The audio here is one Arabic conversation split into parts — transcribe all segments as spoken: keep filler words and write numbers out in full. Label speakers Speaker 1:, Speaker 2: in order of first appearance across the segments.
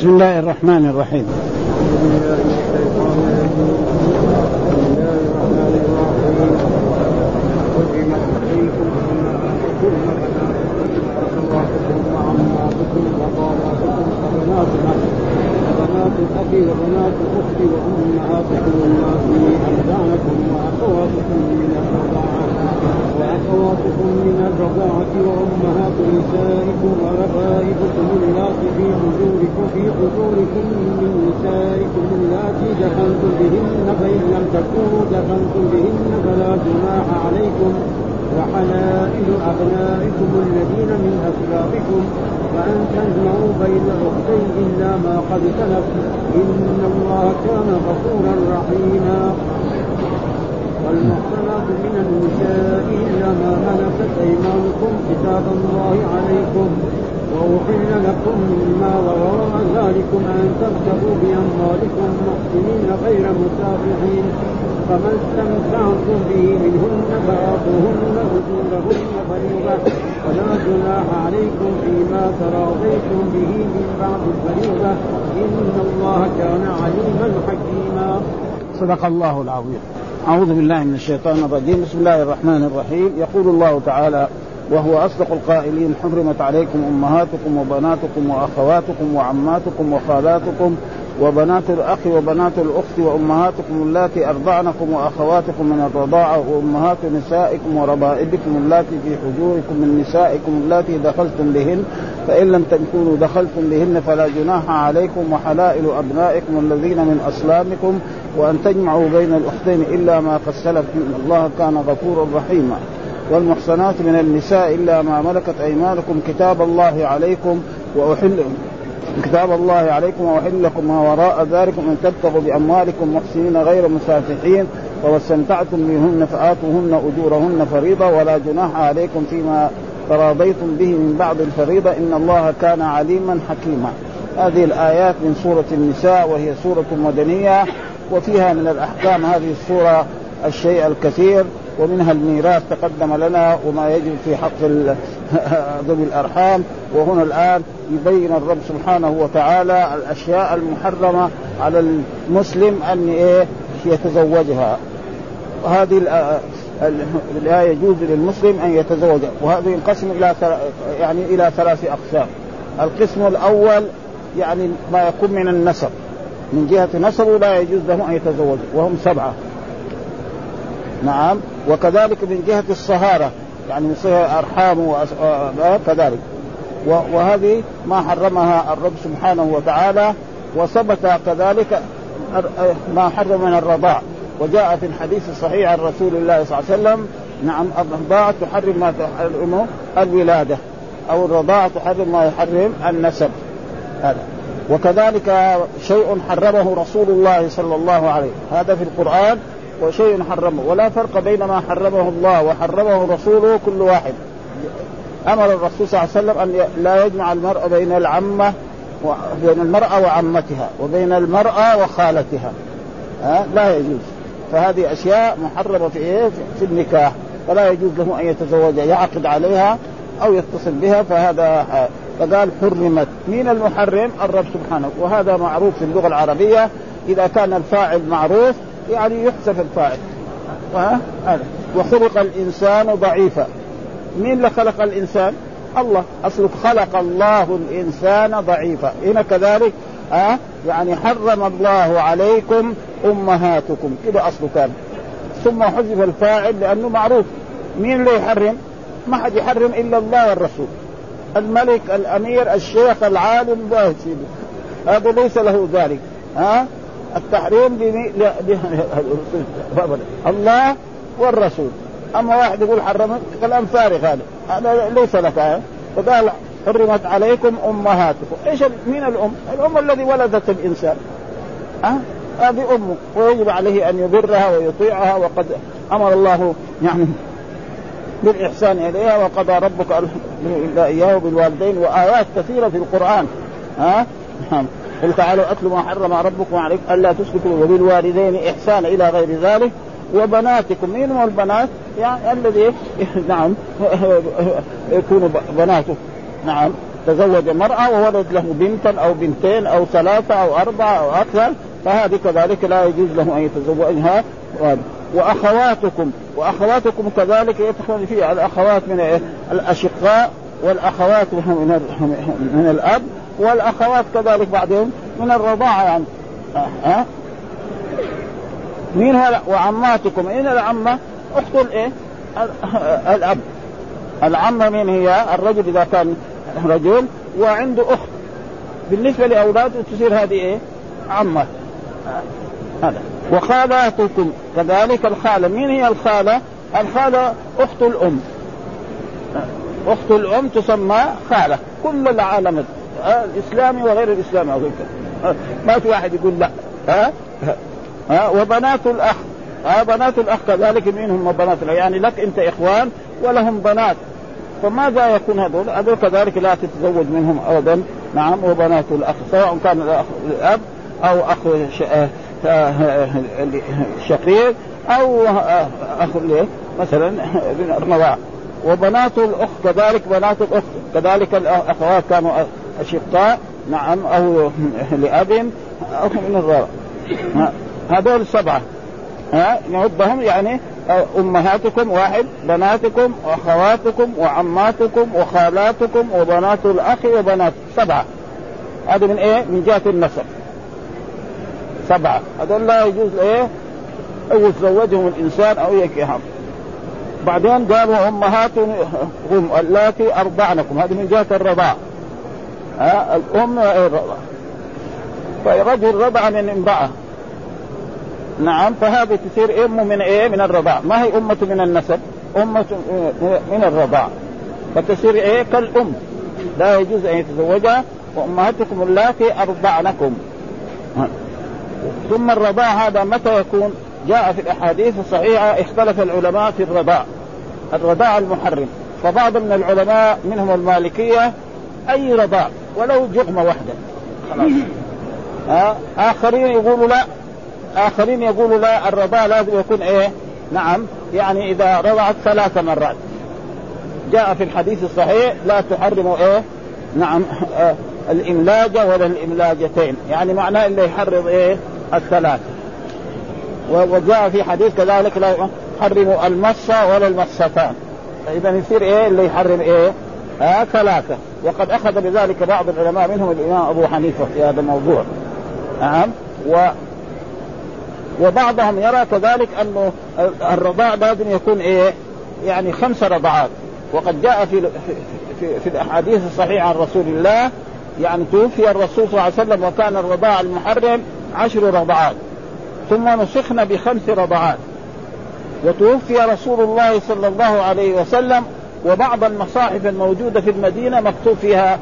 Speaker 1: بسم الله الرحمن الرحيم.
Speaker 2: أخي وبنات أختي وأمهاتكم اللاتي أرضعنكم وأخواتكم من الرضاعة وأخواتكم من الرضاعة وأمهات نسائكم وربائبكم اللاتي في حجوركم في حجوركم من نسائكم اللاتي دخلتم بهن فإن لم تكونوا دخلتم بهن فلا جناح عليكم وحلائل أبنائكم الذين من أصلابكم وأن تجمعوا بين الأختين إلا ما قد سلف إن الله كان غفورا رحيما. والمحصنات من النساء إلا ما ملكت أيمانكم كتاب الله عليكم وأحل لكم ما وراء ذلكم أن تبتغوا بأموالكم محسنين غير مسافحين فما استمتعتم به منهن فآتوهن أجورهن فريضة ولا جناح عليكم فيما تراضيتم به من بعد الفريضة إن الله كان عليما حكيما.
Speaker 1: صدق الله العظيم. أعوذ بالله من الشيطان الرجيم. بسم الله الرحمن الرحيم. يقول الله تعالى وهو أصدق القائلين حرمت عليكم أمهاتكم وبناتكم وأخواتكم وعماتكم وخالاتكم وبنات الأخ وبنات الأخت وأمهاتكم اللاتي أرضعنكم وأخواتكم من الرضاعة وأمهات نسائكم وربائبكم اللاتي في حجوركم من نسائكم اللاتي دخلتم بهن فإن لم تكونوا دخلتم بهن فلا جناح عليكم وحلائل أبنائكم الذين من أصلابكم وأن تجمعوا بين الأختين إلا ما قد سلف إن الله كان غفورا رحيما. والمحصنات من النساء إلا ما ملكت أيمانكم كتاب الله عليكم وأحل كتاب الله عليكم وأحل لكم ما وراء ذلكم أن تبتغوا بأموالكم محسنين غير مسافحين واستمتعتم بهن فآتوهن أجورهن فريضة ولا جناح عليكم فيما تراضيتم به من بعد الفريضة إن الله كان عليما حكيما. هذه الآيات من سورة النساء وهي سورة مدنية وفيها من الأحكام هذه السورة الشيء الكثير ومنها الميراث تقدم لنا وما يجب في حق ذوي الأرحام. وهنا الآن يبين الرب سبحانه وتعالى الأشياء المحرمة على المسلم أن يتزوجها. وهذه الآية يجوز للمسلم أن يتزوجها وهذا ينقسم إلى يعني إلى ثلاث أقسام. القسم الأول يعني ما يكون من النسب من جهة نسبه لا يجوز له أن يتزوج وهم سبعة. نعم. وكذلك من جهة الصهارة يعني من صهر أرحامه كذلك وهذه ما حرمها الرب سبحانه وتعالى. وثبت كذلك ما حرم من الرضاع وجاء في الحديث الصحيح عن رسول الله صلى الله عليه وسلم نعم الرضاعة تحرم ما تحرم الولادة أو الرضاعة تحرم ما يحرم النسب هذا. وكذلك شيء حرمه رسول الله صلى الله عليه هذا في القرآن وشيء حرمه ولا فرق بين ما حرمه الله وحرمه رسوله كل واحد. أمر الرسول صلى الله عليه وسلم أن لا يجمع المرأة بين العمة وبين المرأة وعمتها وبين المرأة وخالتها ها لا يجوز. فهذه أشياء محرمة في إيه في النكاح فلا يجوز له أن يتزوج يعقد عليها أو يتصل بها. فهذا فقال حرمت. مين المحرم؟ الرب سبحانه. وهذا معروف في اللغة العربية إذا كان الفاعل معروف يعني يحذف الفاعل. وخلق الإنسان ضعيفا. مين اللي خلق الإنسان؟ الله. أصله خلق الله الإنسان ضعيفا. هنا كذلك أه؟ يعني حرم الله عليكم أمهاتكم كده أصله كان ثم حذف الفاعل لأنه معروف. مين اللي يحرم؟ ما حد يحرم إلا الله والرسول الملك الأمير الشيخ العالم ده هذا ليس له ذلك. ها أه؟ التحريم بمي... ل... ل... الله والرسول. أما واحد يقول حرم كلام فارغ هذا هذا ليس لك. آه؟ فقال حرمت عليكم أمهاتكم. إيش مين الأم؟ الأم الذي ولدت الإنسان أه؟ هذه أمه ويجب عليه أن يبرها ويطيعها. وقد أمر الله يعني بالإحسان إليها وقضى ربك إلا إياه بالوالدين وآيات كثيرة في القرآن. ها أه؟ قل تعالوا أتلوا ما حرم ربكم عليكم ألا تشركوا وبالوالدين إحسانا إلى غير ذلك وبناتكم. مين هم البنات؟ يعني الذي نعم يكونوا بناته. نعم تزوج مرأة وولد له بنتا أو بنتين أو ثلاثة أو أربعة أو أكثر فهذه كذلك لا يجوز له أن يتزوجها. وأخواتكم وأخواتكم كذلك يدخل فيها الأخوات من الأشقاء والأخوات من من الأب والأخوات كذلك بعدهم من الرضاعة يعني ها مين هذا؟ وعماتكم. إن العمة أخت الإيه الأب. العمة من هي؟ الرجل إذا كان رجل وعنده أخت بالنسبة لأولاده تصير هذه إيه عمة هذا. وخالاتكم كذلك الخالة. مين هي الخالة؟ الخالة أخت الأم. أخت الأم تسمى خالة. كل العالم الإسلامي وغير الإسلامي ما في واحد يقول لا. ها ها وبنات الأخ. ها بنات الأخ كذلك. منهم بنات الأخ يعني لك أنت إخوان ولهم بنات فماذا يكون هذول؟ هذول كذلك لا تتزوج منهم أبدا. نعم وبنات الأخ سواء كان الأخ الأب أو أخ شقيق أو أخ مثلا من الرضاعة. وبنات الأخ كذلك. بنات الأخ كذلك الأخوات كانوا أشقاء نعم أو لأب أو من الرضاعة. هذول السبعة ها نعدهم يعني أمهاتكم واحد بناتكم وأخواتكم وعماتكم وخالاتكم وبنات الأخ وبنات سبعة. هذا من إيه؟ من جهة النسب سبعة. هذول لا يجوز إيه أو يتزوجهم الإنسان أو يكيهم. بعدين قالوا أمهاتهم اللاتي أرضعنكم. هذه من جهة الرضاعة. ها الأم الرضاعة. فرجل رضع من امرأة نعم فهذه تصير أم من إيه من الرضاعة. ما هي أمة من النسب أمة من الرضاعة فتصير إيه كالأم لا يجوز أن يتزوجها. وأمهاتكم اللاتي أرضعنكم. ثم الرضاعة هذا متى يكون؟ جاء في الأحاديث الصحيحة اختلف العلماء في الرضاع الرضاع المحرم. فبعض من العلماء منهم المالكية أي رضاع ولو جغمة واحدة خلاص. ها آخرين يقولوا لا آخرين يقولوا لا الرضاع لازم يكون إيه نعم يعني إذا رضعت ثلاث مرات. جاء في الحديث الصحيح لا تحرموا إيه نعم آه الإملاجة ولا الإملاجتين يعني معناه اللي يحرم إيه الثلاث. وجاء في حديث كذلك لا يحرموا المصة ولا المصتان. إذا يصير إيه اللي يحرم إيه آه ثلاثة. وقد أخذ بذلك بعض العلماء منهم الإمام أبو حنيفة في هذا الموضوع. نعم و وبعضهم يرى كذلك أنه الرضاع لازم يكون إيه يعني خمس رضعات. وقد جاء في في, في الأحاديث الصحيحة عن رسول الله يعني توفي الرسول صلى الله عليه وسلم وكان الرضاع المحرم عشر رضعات ثم نسخنا بخمس رضعات. وتوفي رسول الله صلى الله عليه وسلم وبعض المصاحف الموجودة في المدينة مكتوب فيها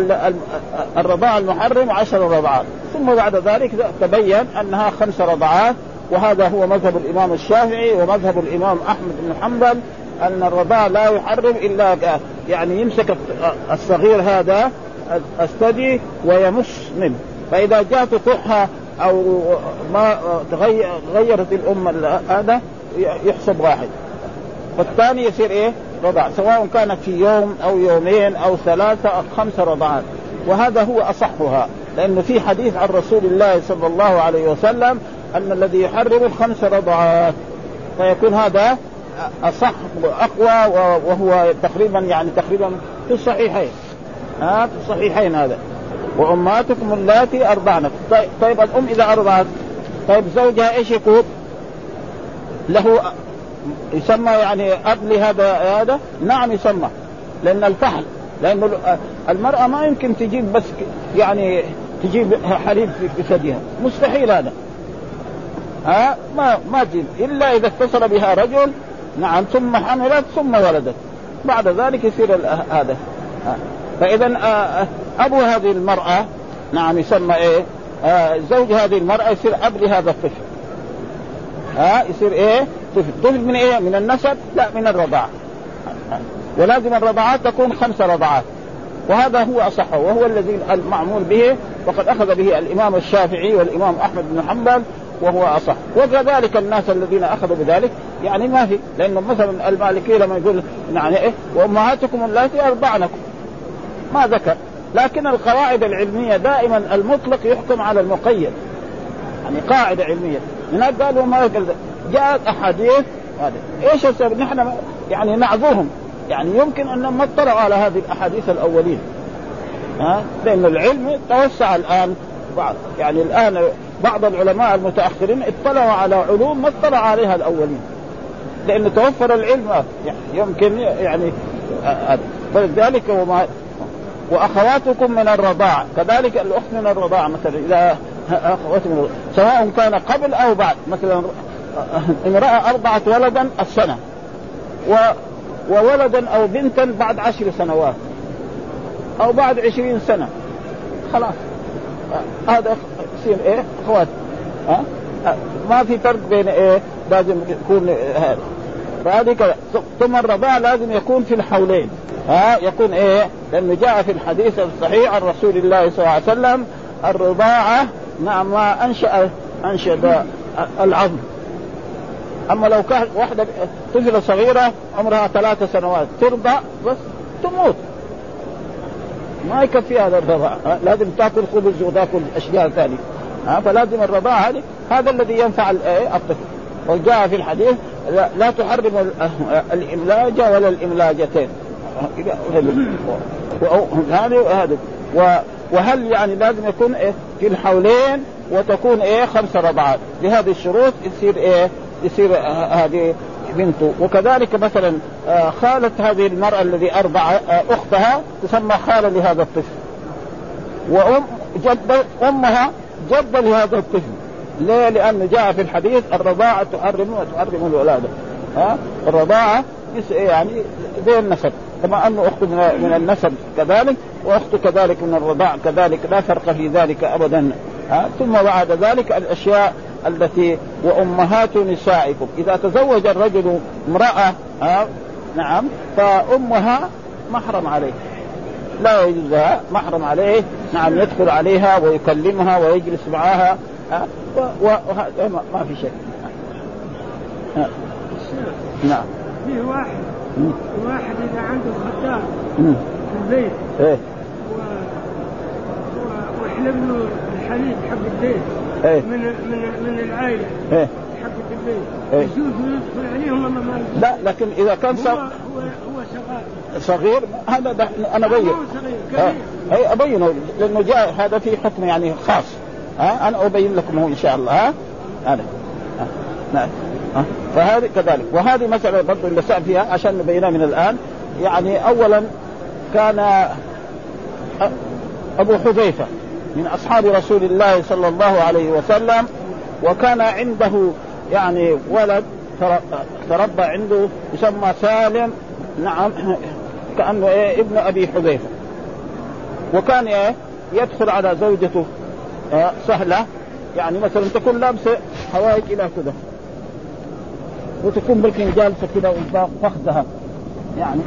Speaker 1: الرضاع المحرم عشر رضعات. ثم بعد ذلك تبين أنها خمس رضعات. وهذا هو مذهب الإمام الشافعي ومذهب الإمام أحمد بن حنبل أن الرضاع لا يحرم إلا يعني يمسك الصغير هذا الثدي ويمس منه. فإذا جاءت تحها أو ما غيرت الأم هذا يحسب واحد والثاني يصير إيه رضع سواء كانت في يوم أو يومين أو ثلاثة أو خمس رضعات. وهذا هو أصحها لأنه في حديث عن رسول الله صلى الله عليه وسلم أن الذي يحرم الخمس رضعات فيكون هذا أصح وأقوى وهو تقريبا يعني تقريبا في الصحيحين. ها في الصحيحين هذا. وأمهاتكم اللاتي أرضعنكم. طيب, طيب الأم إذا أرضعت طيب زوجها إيش يكون له؟ يسمى يعني أب لهذا هذا؟ نعم يسمى لأن الفحل لأن المرأة ما يمكن تجيب بس يعني تجيب حليب في ثديها مستحيل هذا. ها ما ما تجيب إلا إذا اتصل بها رجل نعم ثم حملت ثم ولدت بعد ذلك يصير هذا. فإذا أبو هذه المرأة نعم يسمى إيه آه زوج هذه المرأة يصير أب لهذا الطفل. ها يصير إيه طفل. طفل من إيه من النسب؟ لا من الرضاعة. ولازم الرضاعات تكون خمس رضاعات. وهذا هو أصحه وهو الذي المعمول به وقد أخذ به الإمام الشافعي والإمام أحمد بن حنبل وهو أصح. وكذلك الناس الذين أخذوا بذلك يعني ما في لأنه مثلا المالكية لما يقول يعني إيه وأمهاتكم اللاتي أرضعنكم ما ذكر لكن القواعد العلمية دائما المطلق يحكم على المقيد، يعني قاعدة علمية. هناك قالوا ما جاءت أحاديث هذا إيش السبب؟ نحن يعني نعذرهم، يعني يمكن أنهم ما اطلعوا على هذه الأحاديث الأولين، ها؟ لأن العلم توسع الآن بعض، يعني الآن بعض العلماء المتأخرين اطلعوا على علوم ما اطلع عليها الأولين، لأن توفر العلم يعني يمكن يعني فلذلك وما وأخواتكم من الرضاعة كذلك الأخت من الرضاعة مثلا إذا أخوات من سواء كان قبل أو بعد، مثلا امرأة أرضعت ولدا السنة و وولدا أو بنتا بعد عشر سنوات أو بعد عشرين سنة خلاص هذا يصير إيه أخوات، ها ما في فرق بين إيه لازم يكون هذا فهذه. ثم الرضاعة لازم يكون في الحولين، ها يكون إيه لأنه جاء في الحديث الصحيح عن رسول الله صلى الله عليه وسلم الرضاعة نعم ما أنشأ أنشأ العظم. أما لو كانت واحدة طفلة صغيرة عمرها ثلاث سنوات ترضع بس تموت ما يكفي هذا الرضاعة، لازم تأكل خبز وتأكل أشياء ثانية، فلازم الرضاعة هذه هذا الذي ينفع الطفل. وجاء في الحديث لا, لا تحرم الإملاج ولا الإملاجتين هذا. وهل يعني لازم يكون إيه في الحولين وتكون إيه خمس رضعات بهذه الشروط يصير إيه يصير هذه بنته. وكذلك مثلا خالة هذه المرأة الذي أرضع أختها تسمى خالة لهذا الطفل، وأم جد أمها جد لهذا الطفل. ليه؟ لأن جاء في الحديث الرضاعة تحرم وتحرم الولادة، ها الرضاعة يعني زي النسب، كما أنه أخت من النسب كذلك وأخت كذلك من الرضاع كذلك لا فرق في ذلك أبدا. ها ثم بعد ذلك الأشياء التي وأمهات نسائكم إذا تزوج الرجل امرأة ها نعم فأمها محرم عليه، لا يجوز لها محرم عليه نعم يدخل عليها ويكلمها ويجلس معها وهذا ما في شيء. نعم
Speaker 2: فيه واحد واحد إذا عنده خدام في البيت
Speaker 1: إيه
Speaker 2: ويحلب له الحليب حق البيت
Speaker 1: إيه
Speaker 2: من من من العائلة
Speaker 1: إيه
Speaker 2: حق البيت
Speaker 1: إيه
Speaker 2: يجوز يدخل عليهم ولا ما يجوز؟
Speaker 1: لا لكن إذا كان
Speaker 2: هو هو هو صغير
Speaker 1: صغير هذا أنا أبين أي أبينه لأنه جاء هذا في حكم يعني خاص، ها أنا أبين لكم هو إن شاء الله. ها هذا نعم فهذه كذلك. وهذه مسألة برضو اللي سأل فيها عشان نبينها من الآن. يعني أولا كان أبو حذيفة من أصحاب رسول الله صلى الله عليه وسلم وكان عنده يعني ولد تربى عنده يسمى سالم نعم كأنه إيه ابن أبي حذيفة، وكان إيه يدخل على زوجته إيه سهلة، يعني مثلا تكون لابسة حوائج إلى كذا وتكون بالكن جالسة كذا وفخذها يعني،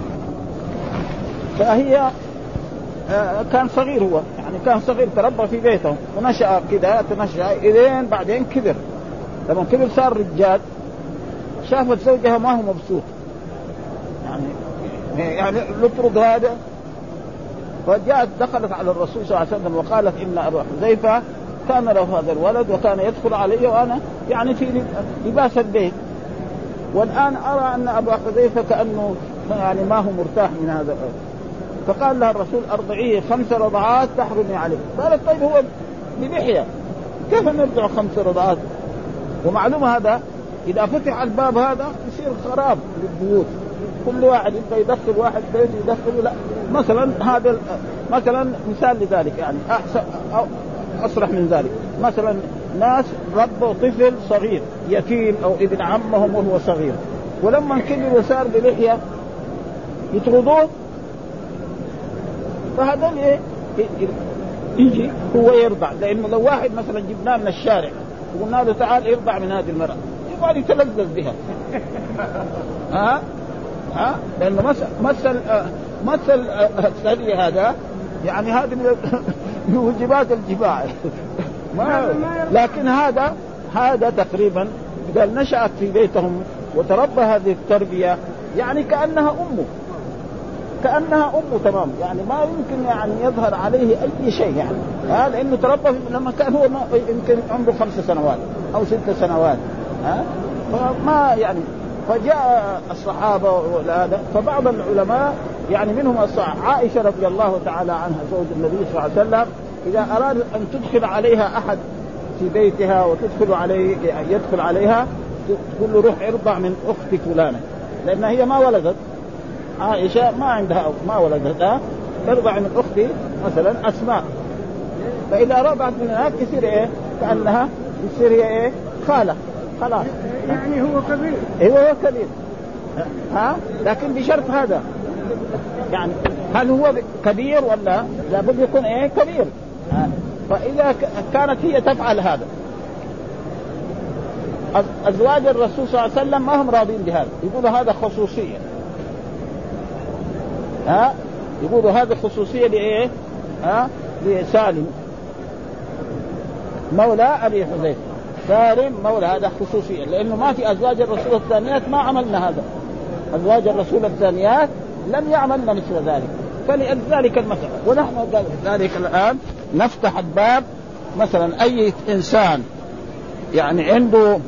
Speaker 1: فهي آه كان صغير هو يعني كان صغير تربى في بيته ونشأ كذا تنشأ إلين بعدين كبر. لما كبر صار رجال شافت زوجها ما هو مبسوط يعني يعني لطرد هذا، فجاءت دخلت على الرسول صلى الله عليه وسلم وقالت إن أبا حذيفة كان له هذا الولد وكان يدخل علي وأنا يعني في لباس البيت، والآن أرى أن أبا حذيفة كأنه يعني ما هو مرتاح من هذا. فقال لها الرسول أرضعيه خمس رضعات تحرمي عليه. قالت طيب هو بلحية كيف نرضع خمس رضعات؟ ومعلومة هذا إذا فتح الباب هذا يصير خراب للبيوت، كل واحد يبقى يدخل واحد بيت يدخله. لا مثلا هذا مثلا مثال لذلك يعني أحسن أو أصرح من ذلك، مثلا ناس ربوا طفل صغير يتيم أو ابن عمهم وهو صغير، ولما كبر وصار بلحية يطردوه، فهذا إيه يجي هو يرضع. لأنه لو واحد مثلا جبناه من الشارع وقلنا له تعال يرضع من هذه المرأة يبغى يتلذذ بها ها ها لأنه مثل مثل مثل الثانية هذا يعني هذه من وجبات الجماع ما لكن هذا هذا تقريبا قال نشأت في بيتهم وتربى هذه التربية يعني كأنها أمه كأنها أمه تمام، يعني ما يمكن يعني يظهر عليه أي شيء يعني، ها لأنه تربى لما كان هو يمكن عمره خمس سنوات أو ست سنوات، ها فما يعني. فجاء الصحابة وهذا، فبعض العلماء يعني منهم عائشة رضي الله تعالى عنها زوج النبي صلى الله عليه وسلم، إذا أراد أن تدخل عليها أحد في بيتها وتدخل عليه يدخل عليها تقول له روح ارضع من أختك فلانة، لأن هي ما ولدت، عائشة ما عندها ما ولدت، ارضع من أختي مثلا أسماء، فإذا رضعت من هناك يصير إيه كأنها يصير هي إيه خالة خلاص،
Speaker 2: يعني هو كبير،
Speaker 1: هو كبير ها، لكن بشرط هذا يعني هل هو كبير ولا لابد يكون ايه كبير. ها. فإذا كانت هي تفعل هذا، أزواج الرسول صلى الله عليه وسلم ما هم راضين بهذا، يقولوا هذا خصوصية، ها يقولوا هذا خصوصية لإيه ها لسالم مولى أبي حذيفة، سالم مولى هذا خصوصية، لأنه ما في أزواج الرسول الثانيات ما عملنا هذا، أزواج الرسول الثانيات لم يعملنا مثل ذلك، فلذلك المسألة. ونحن ذلك الآن نفتح الباب، مثلا أي إنسان يعني عنده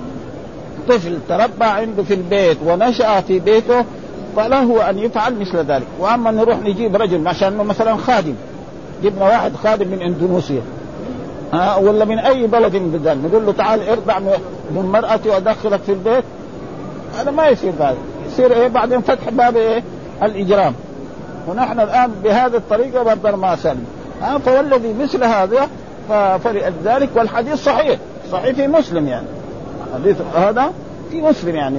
Speaker 1: طفل تربى عنده في البيت ونشأ في بيته فله أن يفعل مثل ذلك. وأما نروح نجيب رجل عشان مثلا خادم، جبنا واحد خادم من إندونيسيا ها ولا من أي بلد من البلدان، نقول له تعال ارضع من مرأتي وأدخلك في البيت، هذا ما يصير ذلك، يصير إيه بعدين فتح باب إيه الإجرام. ونحن الآن بهذه الطريقة برضه ما سلم، ها فوالذي مثل هذا فلذلك. والحديث صحيح صحيح في مسلم، يعني حديث هذا في مسلم يعني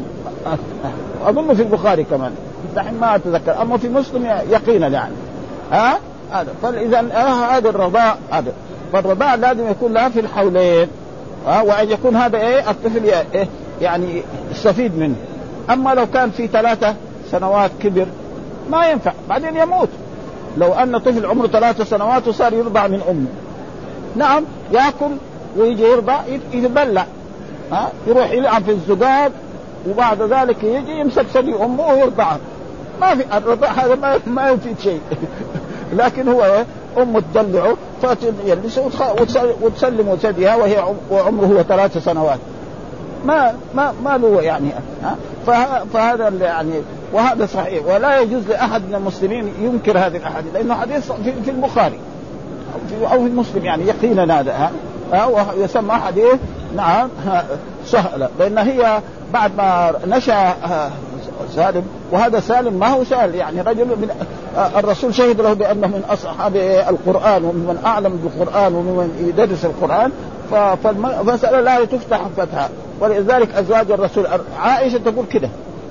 Speaker 1: أظن في البخاري كمان دحين ما أتذكر، أما في مسلم يقينا يعني ها هذا. فإذا هذا الرضاع هذا، فالرضاع لازم يكون لها في الحولين، ها وأن يكون هذا إيه الطفل إيه يعني يستفيد منه. أما لو كان في ثلاثة سنوات كبر ما ينفع، بعدين يموت. لو أن طفل عمره ثلاثة سنوات وصار يرضع من أمه، نعم يأكل ويجي يرضع يتبلع، ها يروح يلعب في الزقاق وبعد ذلك يجي يمسك ثدي أمه ويرضعها، ما في الرضاع هذا ما ما يفيد شيء. لكن هو أمه تدلعه فتجلس وتسلم ثديها وهي وعمره هو ثلاث سنوات، ما ما ما له يعني ها. فهذا يعني وهذا صحيح، ولا يجوز لأحد من المسلمين ينكر هذه الأحاديث، لأنه حديث في البخاري أو في المسلم يعني يقينا هذا ها ويسمى حديث نعم سهلة، لأن هي بعد ما نشأ سالم، وهذا سالم ما هو سهل يعني رجل من الرسول شهد له بأنه من أصحاب القرآن ومن أعلم بالقرآن ومن يدرس القرآن، فالمسألة لا تفتح فتحة. ولذلك أزواج الرسول عائشة تقول كده،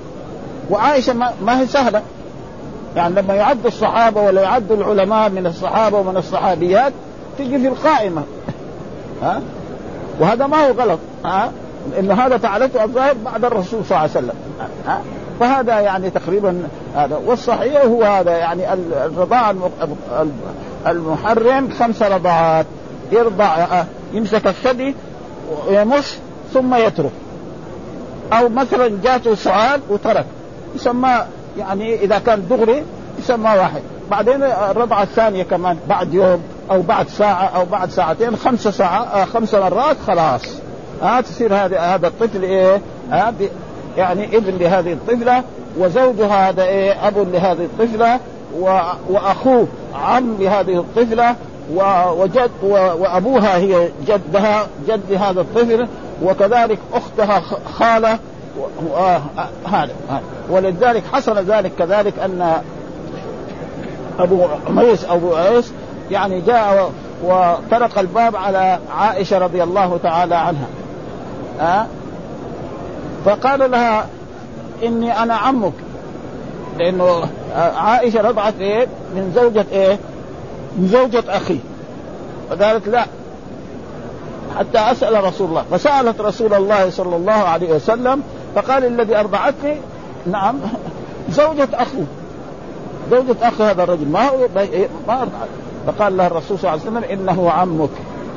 Speaker 1: وعائشة ما هي سهلة يعني لما يعد الصحابة ولا يعد العلماء من الصحابة ومن الصحابيات تجي في القائمة ها، وهذا ما هو غلط ها، إن هذا فعلته الظاهر بعد الرسول صلى الله عليه وسلم ها. فهذا يعني تقريبا هذا، والصحيح هو هذا يعني الرضاع المحرم خمس رضاعات، يرضع يمسك الثدي ويمص ثم يترك، أو مثلا جاته سؤال وترك يسمى يعني إذا كان دغري يسمى واحد، بعدين الرضعة الثانية كمان بعد يوم أو بعد ساعة أو بعد ساعتين خمسة ساعة خمس مرات خلاص ها تصير هذا هذا الطفل إيه ها يعني ابن لهذه الطفلة، وزوجها هذا إيه أب لهذه الطفلة، وأخوه عم لهذه الطفلة، وجد وأبوها هي جدها جد لهذا الطفل، وكذلك أختها خالة هذا. ولذلك حصل ذلك كذلك أن أبو عميس أبو عيس يعني جاء وطرق الباب على عائشة رضي الله تعالى عنها أه؟ فقال لها إني أنا عمك، لأنه عائشة رضعت إيه من زوجة إيه من زوجة أخي، فقالت لا حتى أسأل رسول الله، فسألت رسول الله صلى الله عليه وسلم فقال الذي أرضعتني نعم زوجة أخو زوجة أخي هذا الرجل ما هو ما أرضعت. فقال له الرسول صلى الله عليه وسلم إنه عمك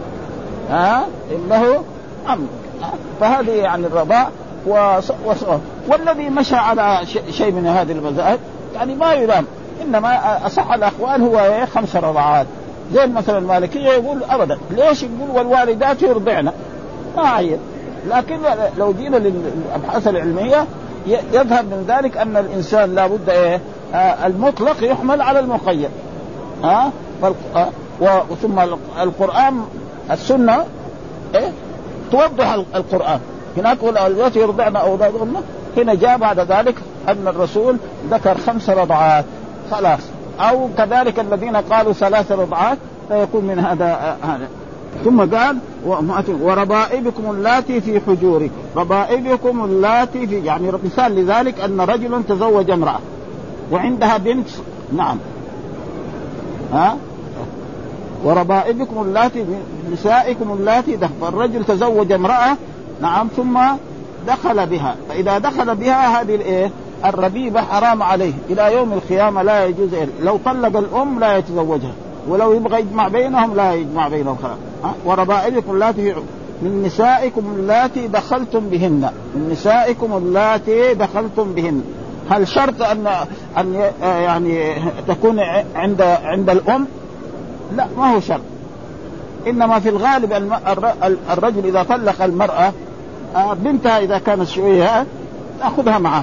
Speaker 1: ها إنه عمك. فهذه يعني الرضاع و... و... والذي مشى على شيء من هذه المذاهب يعني ما يلام، إنما أصح الأقوال هو خمس رضعات. زي مثلا المالكية يقول أبدا، ليش يقول والوالدات يرضعن؟ ما عين. لكن لو جينا للأبحاث العلمية يظهر من ذلك أن الإنسان لابد إيه آه المطلق يحمل على المقيد. ها آه آه وثم القرآن السنة إيه توضح القرآن. هناك والوالدات يرضعن أولادهن، هنا جاء بعد ذلك أن الرسول ذكر خمس رضعات خلاص، أو كذلك الذين قالوا ثلاث رضعات فيكون من هذا هذا. ثم قال وربائبكم اللاتي في حجوركم. ربائبكم اللاتي في، يعني مثال لذلك أن رجلا تزوج امرأة وعندها بنت، نعم ها وربائبكم اللاتي نسائكم اللاتي دخل. الرجل تزوج امرأة نعم ثم دخل بها، فإذا دخل بها هذه الايه الربيبة حرام عليه إلى يوم القيامة، لا يجوز. لو طلق الأم لا يتزوجها، ولو يبغى يجمع بينهم لا يجمع بينهم خلاص. وربائبكم اللاتي من نسائكم اللاتي دخلتم بهن. من نسائكم اللاتي دخلتم بهن، هل شرط أن أن يعني تكون عند عند الأم؟ لا، ما هو شرط. إنما في الغالب الرجل إذا طلق المرأة بنتها إذا كانت شوية تأخذها معها،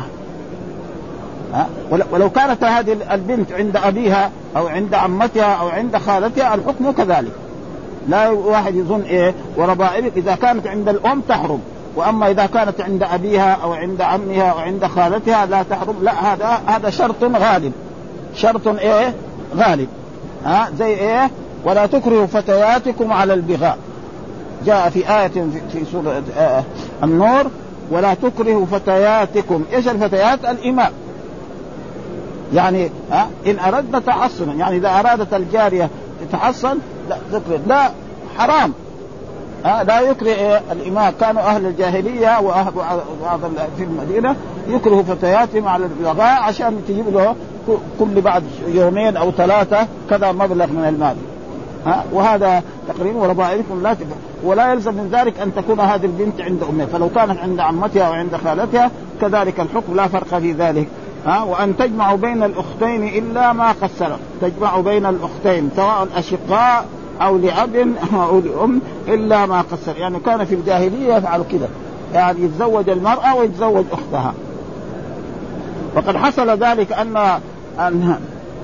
Speaker 1: ولو كانت هذه البنت عند أبيها أو عند عمتها أو عند خالتها الحكم كذلك. لا واحد يظن إيه وربائبك إذا كانت عند الأم تحرم، وأما إذا كانت عند أبيها أو عند عمها أو عند خالتها لا تحرم. لا، هذا هذا شرط غالب، شرط إيه غالب. ها زي إيه ولا تكرهوا فتياتكم على البغاء، جاء في آية في سورة آه النور ولا تكرهوا فتياتكم. إيش الفتيات؟ الإماء، يعني ها إن أردنا تحصنا، يعني إذا أرادت الجارية تتحصن لا تكره، لا حرام. ها لا يكره إيه الإماء. كانوا أهل الجاهلية وأهل بعض في المدينة يكرهوا فتياتهم على البغاء عشان تجيب له كل بعد يومين أو ثلاثة كذا مبلغ من المال. ها وهذا تقريبا وربائبكم لا تبقى. ولا يلزم من ذلك أن تكون هذه البنت عند أمها، فلو كانت عند عمتها أو عند خالتها كذلك الحكم، لا فرق في ذلك. ها وأن تجمعوا بين الأختين إلا ما قد سلف. تجمعوا بين الأختين سواء أشقاء أو لأب أو لأم إلا ما قد سلف. يعني كان في الجاهلية يفعل كده، يعني يتزوج المرأة ويتزوج أختها. وقد حصل ذلك أن أن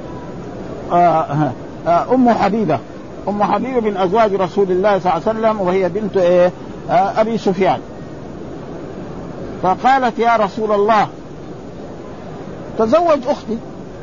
Speaker 1: أم حبيبة أم حبيبة من أزواج رسول الله صلى الله عليه وسلم، وهي بنت إيه أبي سفيان، فقالت يا رسول الله تزوج أختي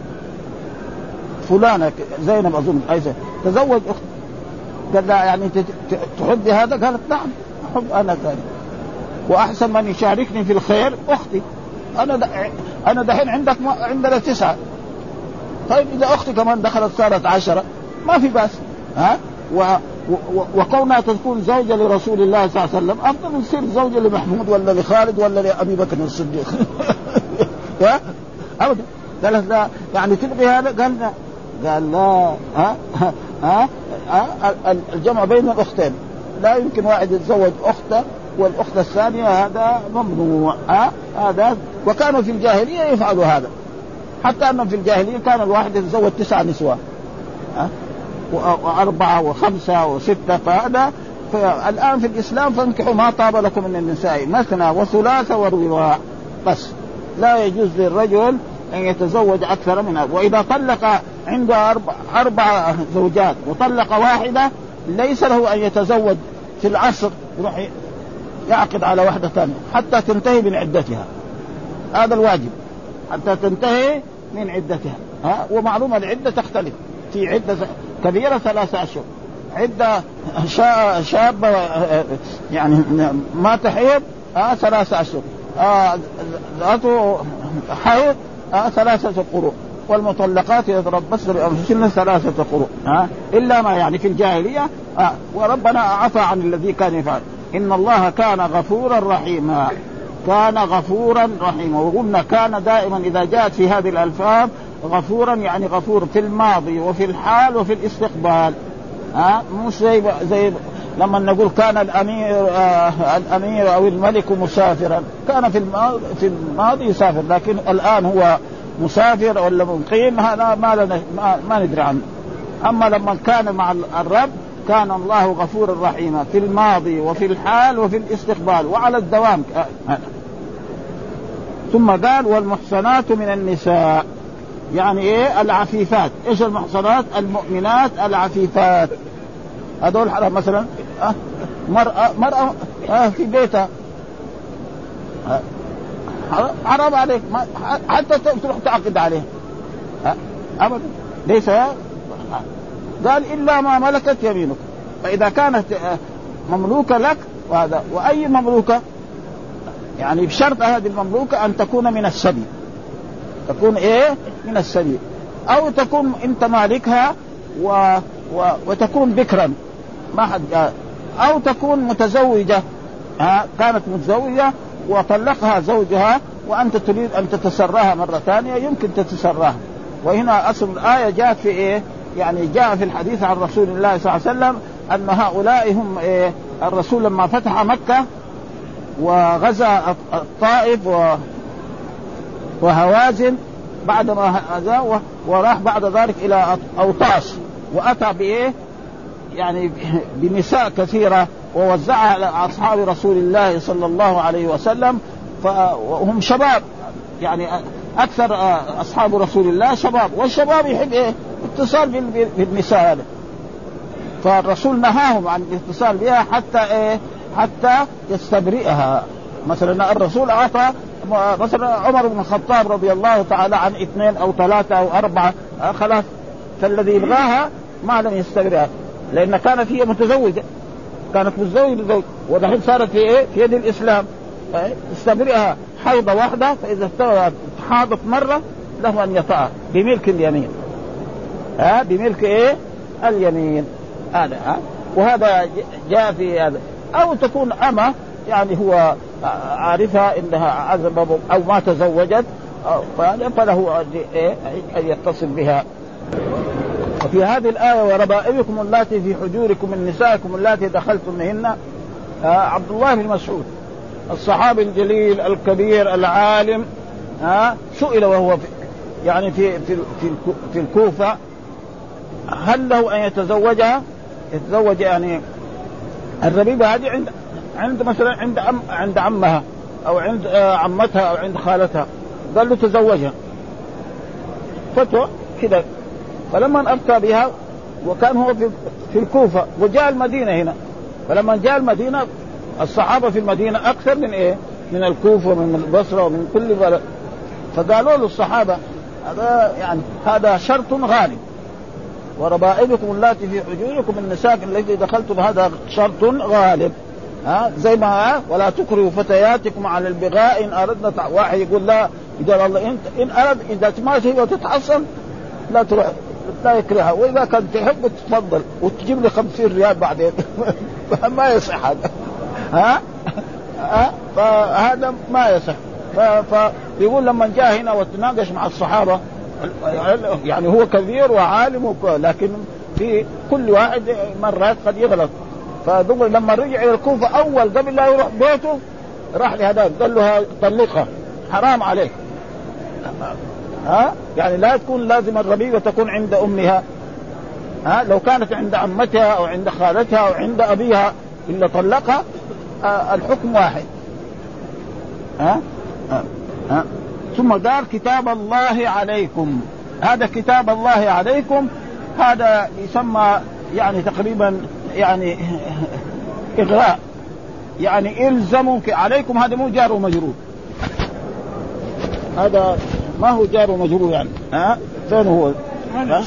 Speaker 1: فلانة زينب أظن أيضا تزوج أختي. قال لا يعني تحب هذا؟ قالت نعم أحب أنا ذلك، وأحسن من يشاركني في الخير أختي. أنا د... أنا دحين عندك ما... عندنا تسعة، طيب إذا أختي كمان دخلت صارت عشرة ما في بس. ها و... و... وكونها تكون زوجة لرسول الله صلى الله عليه وسلم أفضل من تصير زوجة لمحمود ولا لخالد ولا لأبي بكر الصديق. ها أبدا. قالت لا يعني تبغي هذا؟ قال لا. قال لا. ها ها, ها؟ الجمع بين الأختين لا يمكن واحد يتزوج أخته والأخت الثانية، هذا ممنوع. ها هذا وكانوا في الجاهلية يفعلوا هذا، حتى أنهم في الجاهلية كان الواحد يتزوج تسع نسوة، ها وأربعة وخمسة وستة. فهذا الآن في الإسلام فانكحوا ما طاب لكم من النساء مثنى وثلاث ورباع بس. لا يجوز للرجل أن يتزوج أكثر من هذا. وإذا طلق عنده أربع, أربع زوجات وطلق واحدة ليس له أن يتزوج في العصر يروح يعقد على واحدة ثانية حتى تنتهي من عدتها. هذا الواجب حتى تنتهي من عدتها. ها ومعلومة العدة تختلف، في عدة كبيرة ثلاثة أشهر، عدة شابة يعني ما تحيض آه ثلاثة أشهر، ذاته حيض آه ثلاثة قروء، والمطلقات يتربصن بأنفسهن ثلاثة قروء. آه إلا ما يعني في الجاهلية. آه وربنا عفى عن الذي كان يفعل. إن الله كان غفورا رحيما. كان غفورا رحيما. وقلنا كان دائما إذا جاءت في هذه الألفاظ غفورا يعني غفور في الماضي وفي الحال وفي الاستقبال. ها مش زي زي لما نقول كان الأمير آه الأمير أو الملك مسافرا، كان في الماضي في الماضي يسافر، لكن الآن هو مسافر ولا مقيم هذا ما لنا ما, ما ندري عنه. أما لما كان مع الرب كان الله غفورا رحيما في الماضي وفي الحال وفي الاستقبال وعلى الدوام. ثم قال والمحصنات من النساء يعني ايه العفيفات. ايش المحصنات؟ المؤمنات العفيفات. هذول حرام. مثلا مرأة مرأة في بيتها حرام عليك حتى تروح تعقد عليه أبدا ليس. قال إلا ما ملكت يمينك. فإذا كانت مملوكة لك وهذا وأي مملوكة يعني بشرط هذه المملوكة أن تكون من السبي. تكون إيه من السبي أو تكون أنت مالكها و... و... وتكون بكرا ما حد أو تكون متزوجة ها كانت متزوجة وطلقها زوجها وأنت تريد أن تتسرها مرة ثانية يمكن تتسرها. وهنا أصل الآية جاءت في إيه يعني جاء في الحديث عن رسول الله صلى الله عليه وسلم أن هؤلاء هم إيه الرسول لما فتح مكة وغزا الطائف و... وهوازن بعد ما هذا وراح بعد ذلك إلى أوطاس وأتى بإيه يعني بنساء كثيرة ووزعها على أصحاب رسول الله صلى الله عليه وسلم. فهم شباب يعني أكثر أصحاب رسول الله شباب والشباب يحب إيه اتصال بالنساء هذا. فالرسول نهاهم عن الاتصال بها حتى إيه حتى يستبرئها. مثلا الرسول أعطى مثلا عمر بن الخطاب رضي الله تعالى عن اثنين أو ثلاثة أو أربعة خلاص. فالذي يبغاها ما لم يستبرئها لأن كانت هي متزوجة كانت متزوجة زوج ودحين صارت في إيه في يد الإسلام. استبرئها حيضة واحدة فإذا استوت حاضت مرة له أن يطأ بملك اليمين ها بملك إيه اليمين هذا ها. وهذا جاء في هذا. أو تكون أمة يعني هو عارفها إنها عزب أو ما تزوجت فله أن يتصل بها. وفي هذه الآية وربائبكم اللاتي في حجوركم من نسائكم اللاتي دخلتم بهن. عبد الله بن مسعود الصحابي الجليل الكبير العالم سئل وهو في يعني في في في الكوفة هل له أن يتزوجها يتزوج يعني الربيبة هذه عند عند مثلا عند أم عند عمها أو عند عمتها أو عند خالتها قال له تزوجها فتوى كذا. فلما أفتى بها وكان هو في في الكوفة وجاء المدينة هنا. فلما جاء المدينة الصحابة في المدينة أكثر من إيه من الكوفة ومن البصرة ومن كل بلد. فقالوا له الصحابة هذا يعني هذا شرط غالب وربائبكم اللاتي في حجوركم من النساء التي دخلتم هذا شرط غالب ها زي ما ولا تكرهوا فتياتكم على البغاء إن أردنا. واحد يقول لا إذا الله إنت إن أرد إذا تماشي وتتحصن لا تروح لا يكرهها وإذا كنت تحب تفضل وتجيب لي خمسين ريال بعدين ما يصح هذا ها ها فهذا ما يصح. فيقول لما جاء هنا وتناقش مع الصحابة يعني هو كبير وعالم لكن في كل واحد مرات قد يغلط. فدغري لما رجع إلى الكوفة أول قبل لا يروح بيته راح لهذا قال له طلقها حرام عليك ها يعني لا تكون لازم الربيبة تكون عند أمها ها لو كانت عند عمتها أو عند خالتها أو عند أبيها إلا طلقها آه الحكم واحد ها آه. آه. ثم قال كتاب الله عليكم. هذا كتاب الله عليكم هذا يسمى يعني تقريبا يعني إغراء يعني إلزموا عليكم. هذا مو جار ومجرور هذا ما هو جار ومجرور يعني ها فين هو ها؟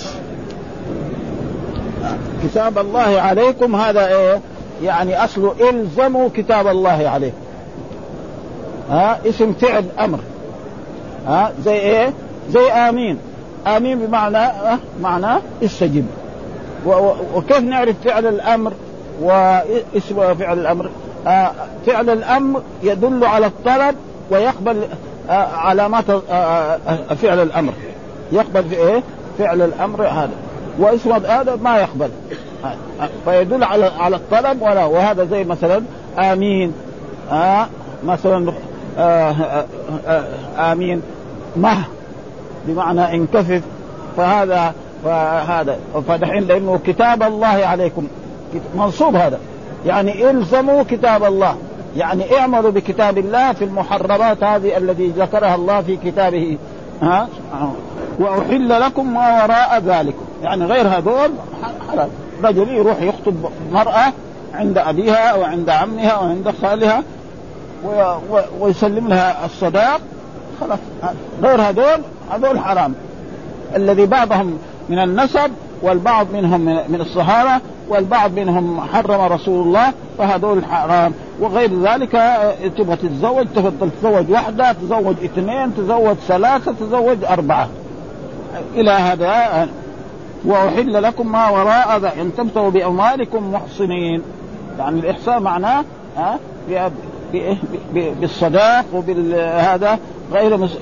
Speaker 1: كتاب الله عليكم هذا إيه يعني أصله إلزموا كتاب الله عليكم ها اسم فعل أمر ها زي إيه زي آمين. آمين بمعنى أه معنى استجب. وكيف نعرف فعل الأمر واسم فعل الأمر؟ آه فعل الأمر يدل على الطلب ويقبل آه علامات آه فعل الأمر يقبل في إيه فعل الأمر هذا واسم هذا ما يقبل آه فيدل على على الطلب ولا. وهذا زي مثلا آمين آه مثلا آه آه آه آمين مه بمعنى انكفف. فهذا فهذا فدحين لأنه كتاب الله عليكم منصوب هذا، يعني إلزموا كتاب الله، يعني اعملوا بكتاب الله في المحرمات هذه الذي ذكرها الله في كتابه. ها وأحل لكم ما وراء ذلكم، يعني غير هذول حلال. رجل يروح يخطب مرأة عند أبيها أو عند عمها أو عند خالها ويسلم لها الصداق، خلاص. غير هذول هذول حرام، الذي بعضهم من النسب والبعض منهم من الصهارة والبعض منهم حرم رسول الله، فهذول حرام. وغير ذلك تبغى تتزوج تفضل تتزوج واحدة، تزوج اثنين، تزوج ثلاثة، تزوج أربعة إلى هذا. وأحل لكم ما وراء ذا إن تبتغوا بأموالكم محصنين، يعني الإحسان معناه ها بالصداق وبالهذا غير مس...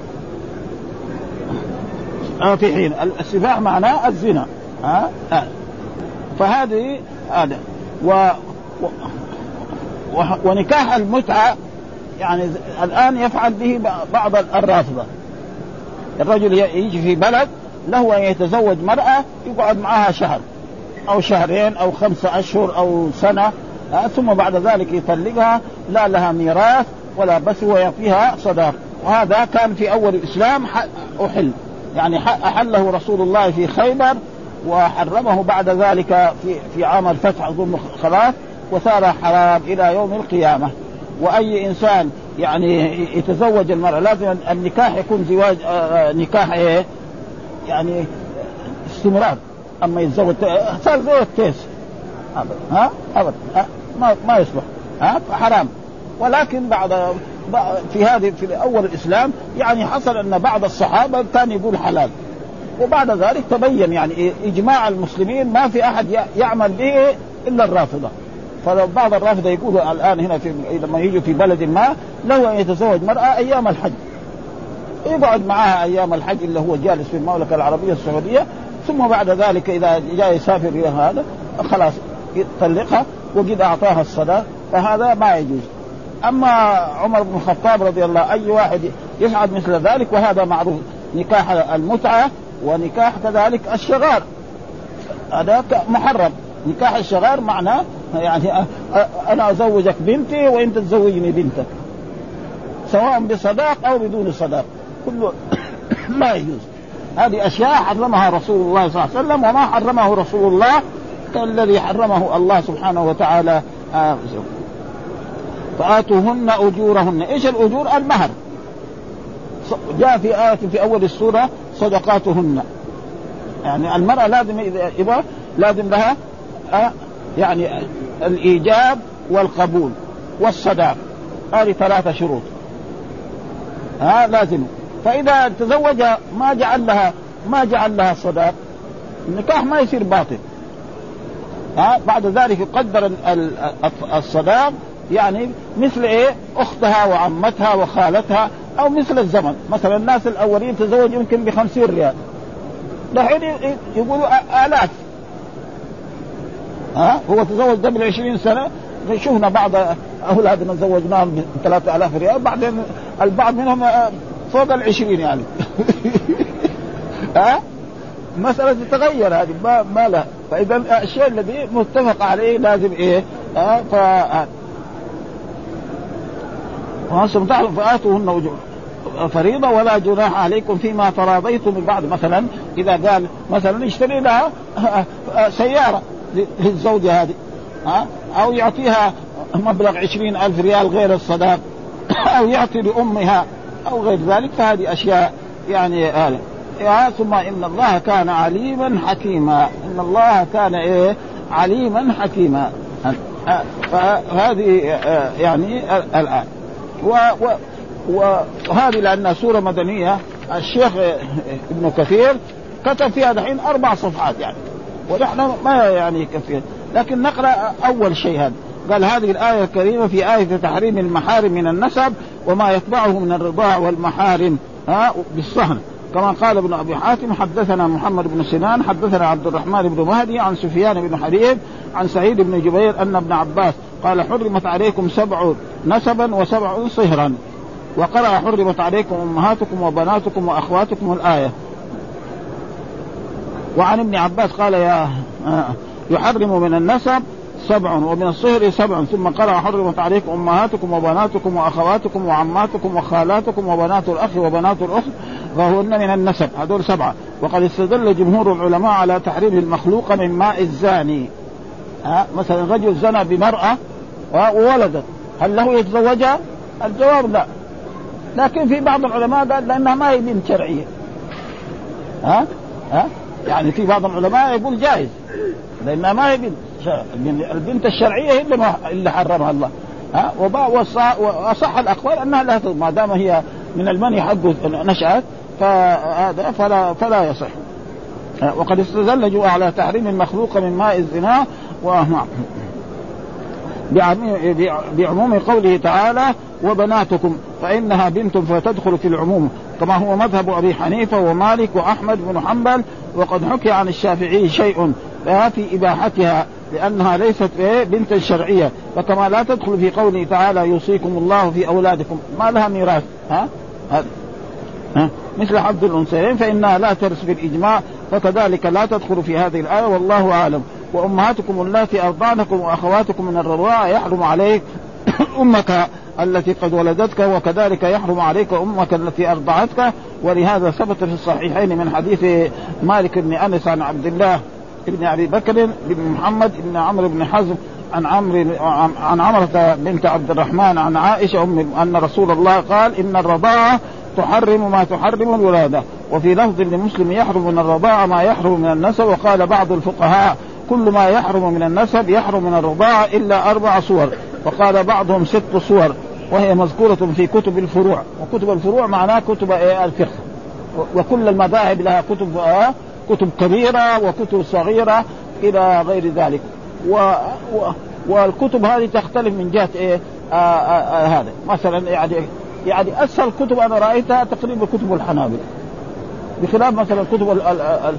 Speaker 1: آه في حين السفاح معناه الزنا. ها آه. فهذه هذا و... و... ونكاح المتعة يعني الآن يفعل به بعض الرافضة. الرجل يجي في بلد له أن يتزوج مرأة يقعد معها شهر أو شهرين أو خمسة أشهر أو سنة، ثم بعد ذلك يطلقها، لا لها ميراث ولا بس ويعطيها صداق. وهذا كان في أول الإسلام أحل، يعني أحله رسول الله في خيبر وحرمه بعد ذلك في في عام الفتح أظن خلاص، وصار حرام إلى يوم القيامة. وأي إنسان يعني يتزوج المرأة لازم النكاح يكون زواج نكاح إيه يعني استمرار. أما يتزوج صار زي الكيس أبدا، ها أبدا ما ما يصلح، ها حرام. ولكن بعد في هذه في أول الإسلام يعني حصل أن بعض الصحابة كان يقول حلال، وبعد ذلك تبين يعني إجماع المسلمين ما في أحد يعمل به إلا الرافضة. فبعض الرافضة يقولوا الآن هنا في لما يجوا في بلد ما له أن يتزوج مرأة أيام الحج، يقعد معها أيام الحج اللي هو جالس في المملكة العربية السعودية، ثم بعد ذلك إذا جاء يسافر إلى هذا خلاص يطلقها وقد أعطاها الصداق، فهذا ما يجوز. أما عمر بن الخطاب رضي الله أي واحد يفعل مثل ذلك، وهذا معروف نكاح المتعة ونكاح كذلك الشغار، هذا محرم. نكاح الشغار معناه يعني أنا أزوجك بنتي وأنت تزوجني بنتك، سواء بصداق أو بدون صداق، كله ما يجوز. هذه أشياء حرمها رسول الله صلى الله عليه وسلم، وما حرمه رسول الله كالذي حرمه الله سبحانه وتعالى. فآتوهن أجورهن. إيش الأجور؟ المهر. جاء في آية في أول السورة صدقاتهن، يعني المرأة لازم إذا لازم لها يعني الإيجاب والقبول والصداق، هذه ثلاثة شروط ها لازم. فإذا تزوج ما جعل لها ما جعل لها صداق، النكاح ما يصير باطل. ها بعد ذلك يقدر الصداق يعني مثل إيه أختها وعمتها وخالتها، أو مثل الزمن. مثلا الناس الأولين تزوج يمكن بخمسين ريال، دحين يقولوا آلاف. ها هو تزوج قبل عشرين سنة، شوفنا بعض أولادنا زوجناهم بثلاثة آلاف ريال، بعدين البعض منهم فوق العشرين يعني. ها مسألة تتغير هذه ما ما لا. فإذا الشيء الذي متفق عليه لازم إيه ها ف وأنتم تعلمون فآتوهن أجور فريضة ولا جناح عليكم فيما تراضيتم من بعد. مثلا إذا قال مثلا اشتري لها سيارة للزوجة هذه، ها أو يعطيها مبلغ عشرين ألف ريال غير الصداق، أو يعطي لأمها أو غير ذلك، فهذه أشياء يعني هذا. آه ثم إن الله كان عليما حكيما. إن الله كان إيه عليما حكيما. آه فهذه آه يعني الآن وهذه لأنها سورة مدنية. الشيخ ابن كثير كتب فيها دحين أربع صفحات يعني، ونحن ما يعني كثير، لكن نقرأ أول شيء هذا. قال هذه الآية الكريمة في آية تحريم المحارم من النسب وما يتبعه من الرضاع والمحارم ها بالصهر، كما قال ابن أبي حاتم حدثنا محمد بن سنان حدثنا عبد الرحمن بن مهدي عن سفيان بن حبيب عن سعيد بن جبير أن ابن عباس قال حرمت عليكم سبع نسبا وسبع صهرا. وقرأ حرمت عليكم أمهاتكم وبناتكم وأخواتكم الآية. وعن ابن عباس قال يا يحرم من النسب سبع ومن الصهر سبع، ثم قرأ حرمت عليكم أمهاتكم وبناتكم وأخواتكم وعماتكم وخالاتكم وبنات الأخ وبنات الأخت فهن من النسب، هذول سبعة. وقد استدل جمهور العلماء على تحريم المخلوق من ماء الزاني. ها مثلا رجل زنى بمرأة وولدت، هل له يتزوجها؟ الجواب لا، لكن في بعض العلماء قال لأنها ما هي بنت شرعية. ها ها يعني في بعض العلماء يقول جائز لأنها ما هي بنت. البنت الشرعية هي اللي حرمها الله. ها وأصح الأقوال أنها لا ما دام هي من المني حقه نشأت فهذا فلا فلا يصح. وقد استدل على تحريم المخلوق من ماء الزنا بعموم قوله تعالى وبناتكم فإنها بنت فتدخل في العموم، كما هو مذهب أبي حنيفة ومالك وأحمد بن حنبل. وقد حكي عن الشافعي شيء في إباحتها لأنها ليست بنت شرعية، فكما لا تدخل في قوله تعالى يوصيكم الله في أولادكم ما لها ميراث ها؟ ها؟ مثل حظ الأنثيين فإنها لا ترث بالإجماع، فكذلك لا تدخل في هذه الآية والله أعلم. وأمهاتكم اللاتي أرضعنكم وأخواتكم من الرضاعة يحرم عليك أمك التي قد ولدتك، وكذلك يحرم عليك أمك التي أرضعتك. ولهذا ثبت في الصحيحين من حديث مالك بن أنس عن عبد الله بن أبي بكر بن محمد بن عمرو بن حزم عن عمرو عن عمرة بنت عبد الرحمن عن عائشة أن رسول الله قال إن الرضاعة تحرم ما تحرم الولادة. وفي لفظ لمسلم يحرم من الرضاعة ما يحرم من النسب. وقال بعض الفقهاء كل ما يحرم من النسب يحرم من الرضاعة إلا أربع صور، وقال بعضهم ست صور وهي مذكورة في كتب الفروع. وكتب الفروع معناه كتب الفقه، وكل المذاهب لها كتب كتب كبيرة وكتب صغيرة إلى غير ذلك. و... و... والكتب هذه تختلف من جهة إيه آآ آآ هذا مثلا يعني يعني أسهل كتب أنا رأيتها تقريبا كتب الحنابلة، بخلاف مثلا كتب ال... ال... ال...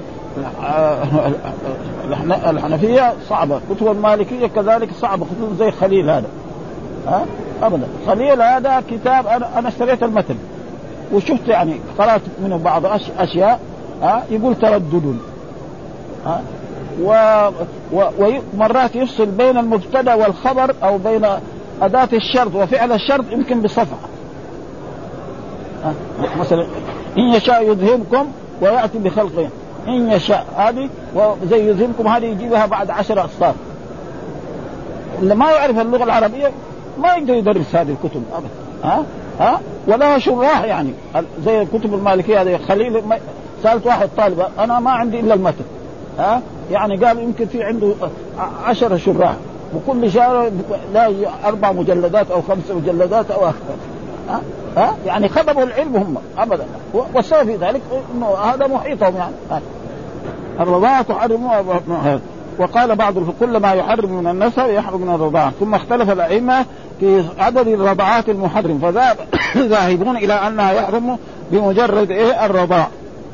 Speaker 1: الحنفية صعبة، كتب المالكية كذلك صعبة، كتب زي خليل هذا ها أبدا. خليل هذا كتاب أنا أنا اشتريت المتن وشفت يعني قرأت منه بعض أشياء ها يقول تردد ها و... و... ومرات يفصل بين المبتدأ والخبر أو بين أداة الشرط وفعل الشرط يمكن بصفحة. ها؟ مثلا إن يشاء يذهبكم ويأتي بخلقه، إن يشاء هذه وزي يذهبكم هذه يجيبها بعد عشر أسطر. اللي ما يعرف اللغة العربية ما يقدر يدرس هذه الكتب أبدا. ها ها ولها شراح يعني زي الكتب المالكية هذه. خليل سألت واحد طالب أنا ما عندي إلا المتن ها يعني قال يمكن في عنده عشرة شراح وكل شهر لا أربع مجلدات أو خمس مجلدات أو أكثر. ها ها يعني خبروا العلم هم أبدا. والسبب في ذلك إنه هذا محيطهم يعني. الرضاعة تحرم. وقال بعض كل ما يحرم من النسب يحرم من الرضاعة. ثم اختلف الأئمة في عدد الرضاعات المحرم، فذاهبون إلى أنها يحرم بمجرد إيه الرضاع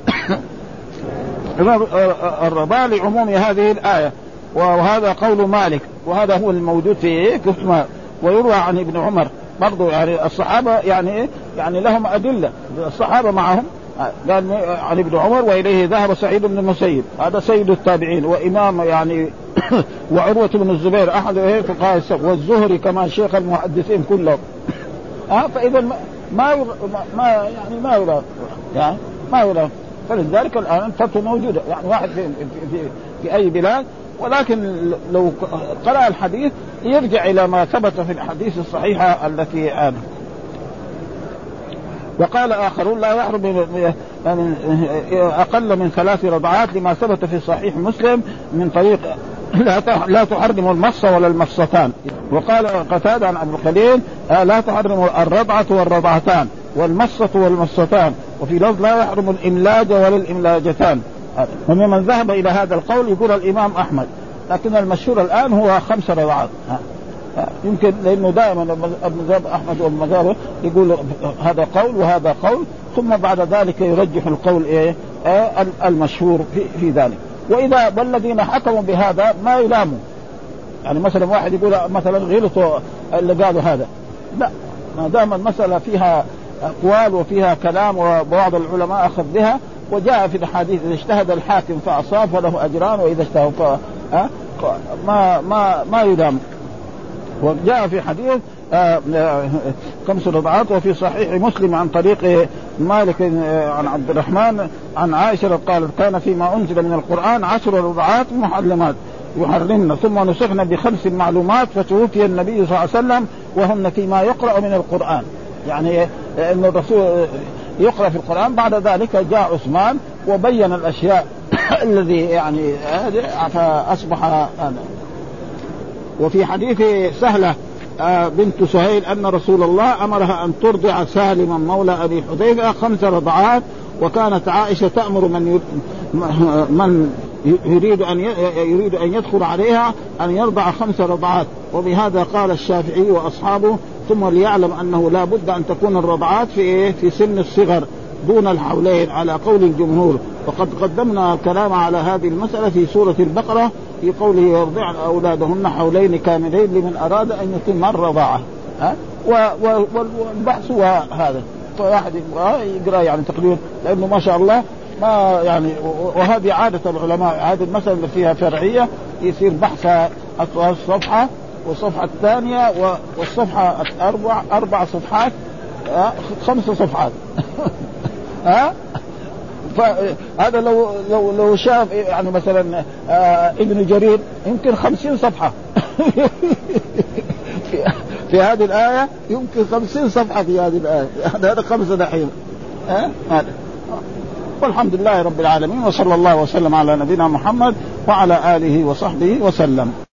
Speaker 1: الرضاع لعموم هذه الآية، وهذا قول مالك وهذا هو الموجود في كتب. ويروى عن ابن عمر برضو يعني الصحابة يعني يعني لهم أدلة الصحابة معهم. قال عن ابن عمر وإليه ذهب سعيد بن المسيب هذا سيد التابعين وإمام يعني وعروة بن الزبير أحد فقهاء السبع والزهري كمان شيخ المحدثين كلهم. ها فإذا ما ما يعني ما يرى يعني ما يرى. فلذلك الآن الفتوى موجودة يعني واحد في, في, في أي بلاد، ولكن لو قرأ الحديث يرجع إلى ما ثبت في الحديث الصحيحة التي آن. وقال آخرون لا يحرم من أقل من ثلاث رضعات لما ثبت في صحيح مسلم من طريق لا تحرم المصة ولا المصتان. وقال قتادة عن أبو الخليل لا تحرم الرضعة والرضعتان والمصة والمصتان. وفي لفظ لا يحرم الإملاج ولا الإملاجتان. ومن ذهب إلى هذا القول يقول الإمام أحمد، لكن المشهور الآن هو خمس رضعات. يمكن لأنه دائما المذهب أحمد والمذهب يقول هذا قول وهذا قول، ثم بعد ذلك يرجح القول إيه المشهور في, في ذلك. وإذا والذين حكموا بهذا ما يلاموا يعني مثلا واحد يقول مثلا غلطوا اللي قالوا هذا، لا ما دام المسألة فيها أقوال وفيها كلام وبعض العلماء أخذ بها. وجاء في الحديث إذا اجتهد الحاكم فأصاب فله أجران وإذا اجتهد ما ما ما يلام. وجاء في حديث خمس رضعات. وفي صحيح مسلم عن طريق مالك عن عبد الرحمن عن عائشة قالت كان فيما أنزل من القرآن عشر رضعات محرمات يحرمنا ثم نسخنا بخمس معلومات فتوفي النبي صلى الله عليه وسلم وهن فيما يقرأ من القرآن. يعني أن الرسول يقرأ في القرآن. بعد ذلك جاء عثمان وبين الأشياء الذي يعني فأصبح هذا. وفي حديث سهلة بنت سهيل أن رسول الله أمرها أن ترضع سالما مولى أبي حذيفة خمس رضعات. وكانت عائشة تأمر من من يريد أن يريد أن يدخل عليها أن يرضع خمس رضعات. وبهذا قال الشافعي وأصحابه ثم ليعلم أنه لا بد أن تكون الرضعات في في سن الصغر دون الحولين على قول الجمهور. وقد قدمنا الكلام على هذه المسألة في سورة البقرة في قوله يرضعن أولادهن حولين كاملين لمن أراد أن يتم الرضاعة. ها والبحث هو هذا. فواحد يقرأ يعني تقريبا لأنه ما شاء الله ما يعني. وهذه عادة العلماء هذه المسألة اللي فيها فرعية يصير بحثها الصفحة والصفحة الثانية والصفحة أربع أربع صفحات خمس صفحات. ها فهذا لو لو لو شاف يعني مثلا آه ابن جرير يمكن خمسين صفحة في, في هذه الآية يمكن خمسين صفحة في هذه الآية. هذا خمسة دحين. ها هذا. والحمد لله رب العالمين وصلى الله وسلم على نبينا محمد وعلى آله وصحبه وسلم.